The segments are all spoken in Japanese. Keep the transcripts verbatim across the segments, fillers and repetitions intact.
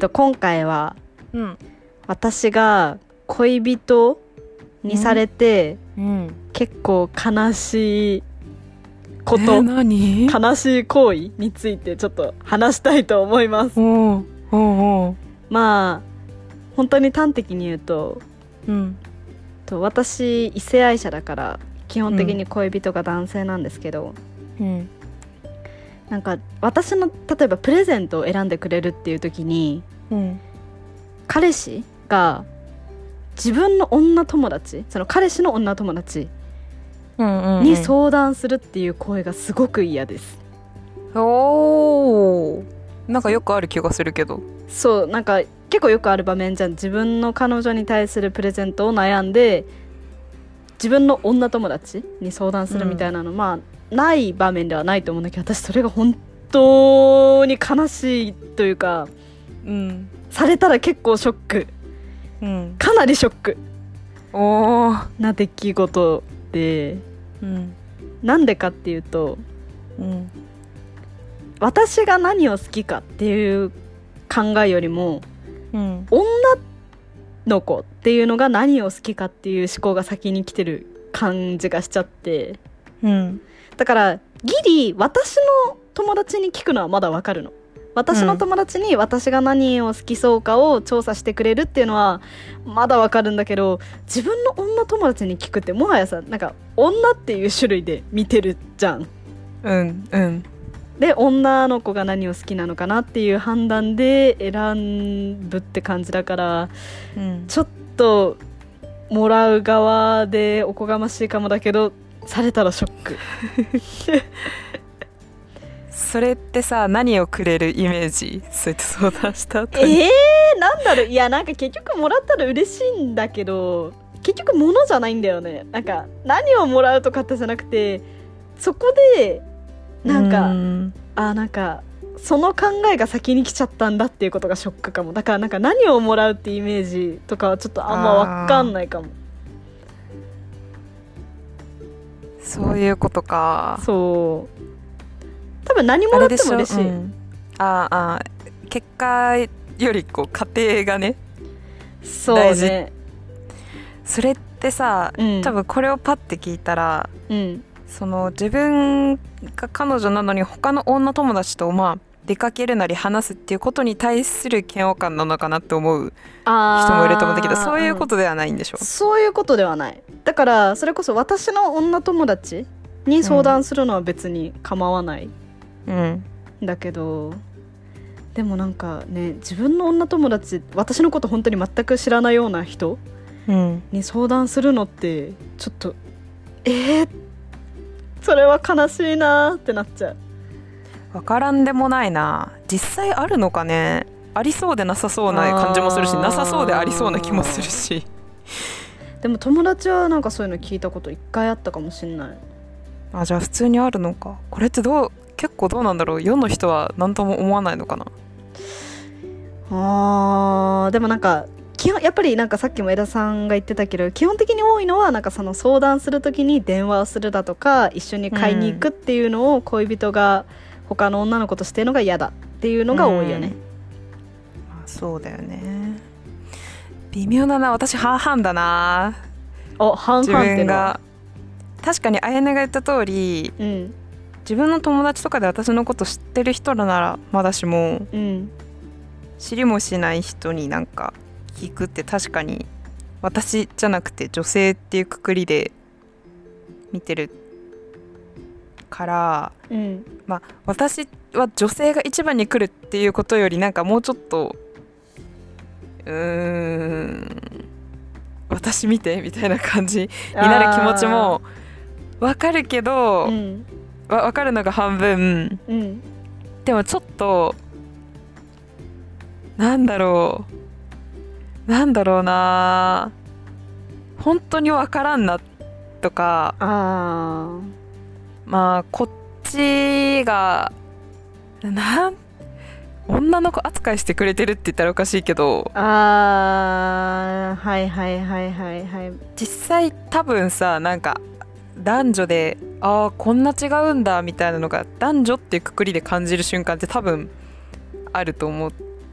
と今回はうん私が恋人にされて、 うん、 結構悲しいこえー、 と、 何悲しい行為についてちょっと話したいと思います。 おうおうおう、 まあ本当に端的に言うと、 うんと私異性愛者だから基本的に恋人が男性なんですけど、 うんなんか私の例えばプレゼントを選んでくれるっていう時に、 うん彼氏が自分の女友達、その彼氏の女友達うんうん、 に相談するっていう声がすごく嫌です。 おー、なんかよくある気がするけど。 そう、なんか結構よくある場面じゃん。自分の彼女に対するプレゼントを悩んで自分の女友達に相談するみたいなの、うん、まあない場面ではないと思うんだけど、私それが本当に悲しいというか、 うん、 されたら結構ショック、 うん、 かなりショックおーな出来事で、 うん、 なんでかっていうと、 うん、 私が何を好きかっていう考えよりも、 うん、 女の子っていうのが何を好きかっていう思考が先に来てる感じがしちゃって、 うん、 だからギリ私の友達に聞くのはまだわかるの。私の友達に私が何を好きそうかを調査してくれるっていうのはまだわかるんだけど、自分の女友達に聞くってもはやさ、なんか女っていう種類で見てるじゃん。 うんうんで女の子が何を好きなのかなっていう判断で選ぶって感じだから、 うん、 ちょっともらう側でおこがましいかもだけど、されたらショックそれってさ、何をくれるイメージ？そうやって相談した後に。 えー、なんだろう、いやなんか結局もらったら嬉しいんだけど、結局物じゃないんだよね。なんか何をもらうとかってじゃなくて、そこでなんか、 うんあ、なんかその考えが先に来ちゃったんだっていうことがショックかも。だからなんか何をもらうってイメージとかはちょっとあんま分かんないかも。 そういうことか。 そう多分何もらっても嬉しい。 うん、ああ結果よりこう過程がね、 そう大事。 ね。 それってさ、 うん、 多分これをパッて聞いたら、 うん、 その自分が彼女なのに他の女友達とまあ出かけるなり話すっていうことに対する嫌悪感なのかなって思う人もいると思うんだけど、そういうことではないんでしょ？ うん、そういうことではない。だからそれこそ私の女友達に相談するのは別に構わない、 うん、 だけどでもなんかね、自分の女友達、私のこと本当に全く知らないような人に相談するのってちょっとえー、それは悲しいなってなっちゃう。 分からんでもないな。実際あるのかね。ありそうでなさそうな感じもするし、なさそうでありそうな気もするし。 でも友達はなんかそういうの聞いたこと一回あったかもしんない。 あ、じゃあ普通にあるのか。これってどう、結構どうなんだろう。世の人は何とも思わないのかな。 あーでもなんか基本やっぱりなんかさっきも枝さんが言ってたけど、基本的に多いのはなんかその相談するときに電話をするだとか一緒に買いに行くっていうのを恋人が他の女の子としてるのが嫌だっていうのが多いよね。 うん、まあ、そうだよね。微妙だな。私半々だな。 お、半々ってのは確かにあやねが言った通り、 うん、 自分の友達とかで私のこと知ってる人らならまだしも、 うん、 知りもしない人になんか聞くって確かに私じゃなくて女性っていうくくりで見てるから、 うん、 まあ私は女性が一番に来るっていうことよりなんかもうちょっとうーん私見てみたいな感じになる気持ちもわかるけど、うん、わ分かるのが半分、 うん、 でもちょっとなんだろうなんだろうな本当に分からんなとか、 あまあこっちがなん女の子扱いしてくれてるって言ったらおかしいけど、 あーはいはいはいはいはい。 実際多分さなんか男女であーこんな違うんだみたいなのが男女っていうくくりで感じる瞬間って多分あると思っ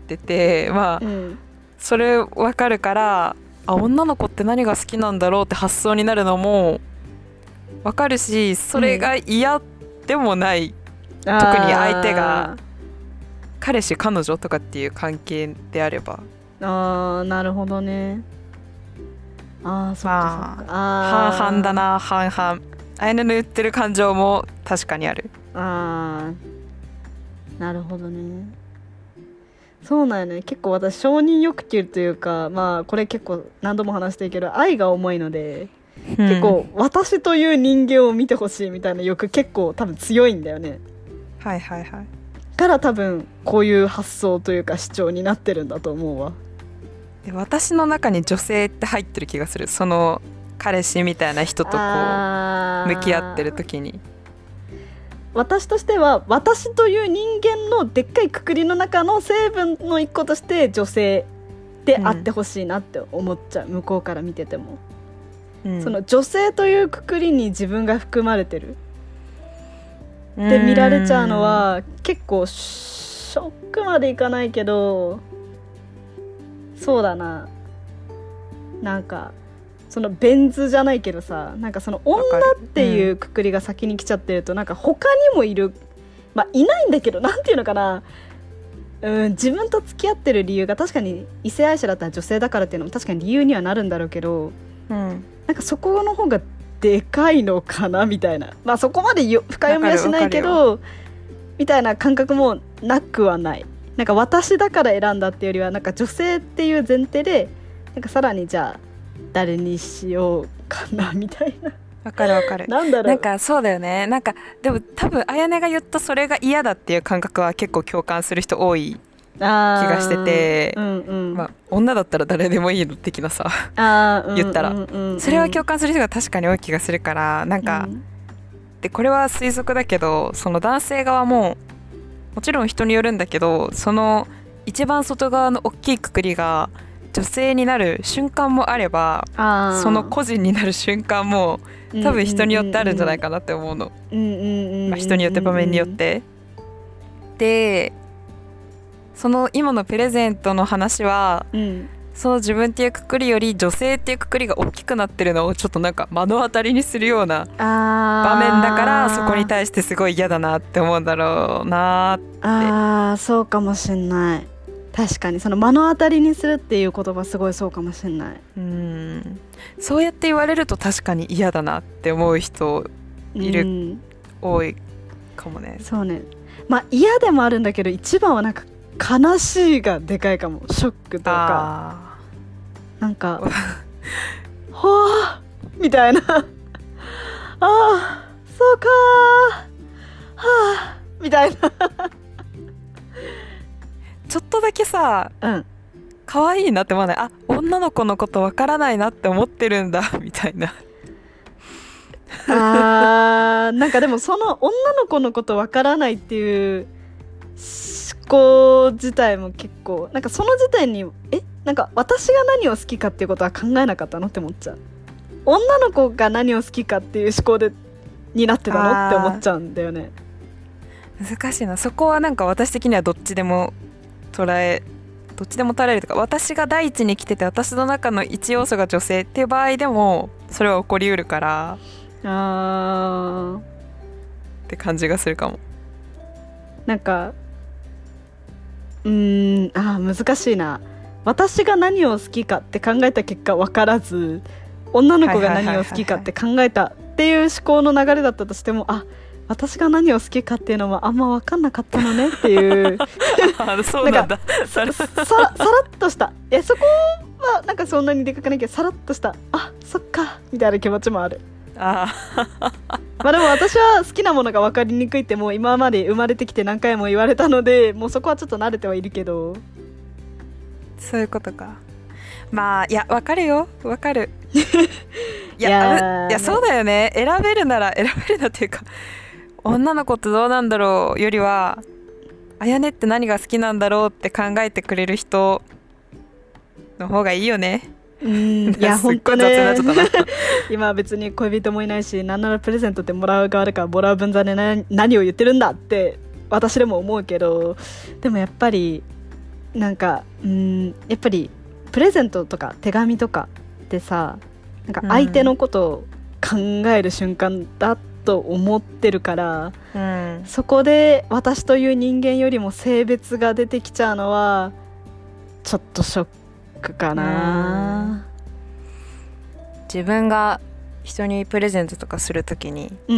ってて、まあ、 うん、 それ分かるから、あ、女の子って何が好きなんだろうって発想になるのも分かるし、それが嫌でもない、うん、特に相手が彼氏彼女とかっていう関係であれば。 あー、なるほどね。あー、そっかそっか、 まあ、半々だな。半々。あやねの言ってる感情も確かにある。 あー、なるほどね。そうなんよね。結構私承認欲求というか、まあこれ結構何度も話してるけど愛が重いので、うん、結構私という人間を見てほしいみたいな欲結構多分強いんだよね。 はいはいはい。 から多分こういう発想というか主張になってるんだと思うわ。 で、私の中に女性って入ってる気がする。その彼氏みたいな人とこう向き合ってる時に。 私としては私という人間のでっかいくくりの中の成分の一個として女性であってほしいなって思っちゃう、うん、向こうから見てても、うん、その女性というくくりに自分が含まれてるって見られちゃうのは結構ショックまでいかないけど、そうだな、なんかそのベン図じゃないけどさ、なんかその女っていうくくりが先に来ちゃってると、なんか他にもいる、まあいないんだけど、なんていうのかな、うん、自分と付き合ってる理由が確かに異性愛者だったら女性だからっていうのも確かに理由にはなるんだろうけど、うん、なんかそこの方がでかいのかなみたいな、まあそこまでよ深読みはしないけどみたいな感覚もなくはない。なんか私だから選んだっていうよりは、なんか女性っていう前提で、なんかさらにじゃあ誰にしようかなみたいな。 わかるわかる。 なんだろう、 なんかそうだよね。なんかでも多分あやねが言ったそれが嫌だっていう感覚は結構共感する人多い気がしてて、うんうん、まあ、女だったら誰でもいいの的なさあ言ったら、うんうんうん、それは共感する人が確かに多い気がするから、なんか、うん、でこれは推測だけど、その男性側ももちろん人によるんだけど、その一番外側の大きいくくりが女性になる瞬間もあれば、その個人になる瞬間も多分人によってあるんじゃないかなって思うの。まあ人によって場面によって。で、その今のプレゼントの話は、うん、その自分っていうくくりより女性っていうくくりが大きくなってるのをちょっとなんか目の当たりにするような場面だから、そこに対してすごい嫌だなって思うんだろうなって。 あー、そうかもしんない。確かにその目の当たりにするっていう言葉すごいそうかもしれない。 うん、そうやって言われると確かに嫌だなって思う人いる、うん、多いかもね。 そうね、まあ嫌でもあるんだけど、一番はなんか悲しいがでかいかも。ショックとかなんかはぁみたいなああそうかーはぁみたいなちょっとだけさ、うん、可愛いなって思わない？あ、女の子のことわからないなって思ってるんだみたいな。 あー、なんかでもその女の子のことわからないっていう思考自体も結構なんかその時点にえなんか私が何を好きかっていうことは考えなかったのって思っちゃう。女の子が何を好きかっていう思考でになってたのって思っちゃうんだよね。 難しいな。そこはなんか私的にはどっちでも捉えどっちでも捉えるとか、私が第一に来てて私の中の一要素が女性っていう場合でもそれは起こりうるから、あって感じがするかも。 なんかうーんあ難しいな。私が何を好きかって考えた結果分からず、女の子が何を好きかって考えたっていう思考の流れだったとしても、あ私が何を好きかっていうのはあんま分かんなかったのねっていうそうなんだ。 さ, さ, さらっとしたえそこはなんかそんなにでかくないけど、さらっとしたあそっかみたいな気持ちもある。あまあでも私は好きなものが分かりにくいってもう今まで生まれてきて何回も言われたので、もうそこはちょっと慣れてはいるけど。 そういうことか。まあいや分かるよ分かるい や, い, やいやそうだよね。選べるなら選べるなっていうか、女の子ってどうなんだろうよりは、あやねって何が好きなんだろうって考えてくれる人の方がいいよね。 うんいや本当ね今別に恋人もいないし、なんならプレゼントってもらう側だからもらう分際で何, 何を言ってるんだって私でも思うけど、でもやっぱりなんかうんやっぱりプレゼントとか手紙とかってさ、なんか相手のことを考える瞬間だと思ってるから、 うん、 そこで私という人間よりも性別が出てきちゃうのはちょっとショックかな。 自分が人にプレゼントとかするときに、 うん、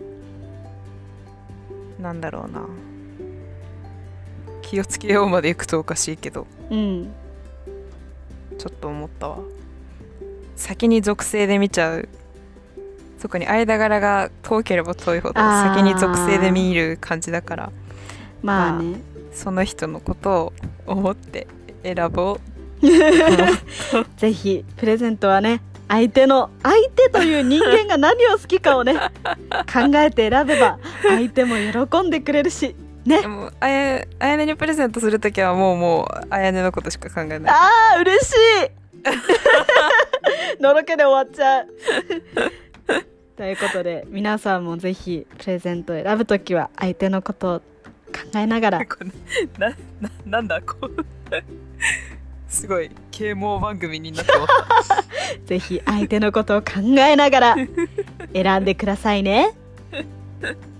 なんだろうな、気をつけようまでいくとおかしいけど、 うん、 ちょっと思ったわ。先に属性で見ちゃう、特に間柄が遠ければ遠いほど先に属性で見る感じだから、 まあね、 まあ、その人のことを思って選ぼうぜひプレゼントはね、相手の相手という人間が何を好きかをね考えて選べば相手も喜んでくれるしね。 でもあや、あやねにプレゼントするときはもうもうあやねのことしか考えない。 あー嬉しいのろけで終わっちゃうということで、皆さんもぜひプレゼントを選ぶときは相手のことを考えながらな, な, なんだこうすごい啓蒙番組になって思ったぜひ相手のことを考えながら選んでくださいね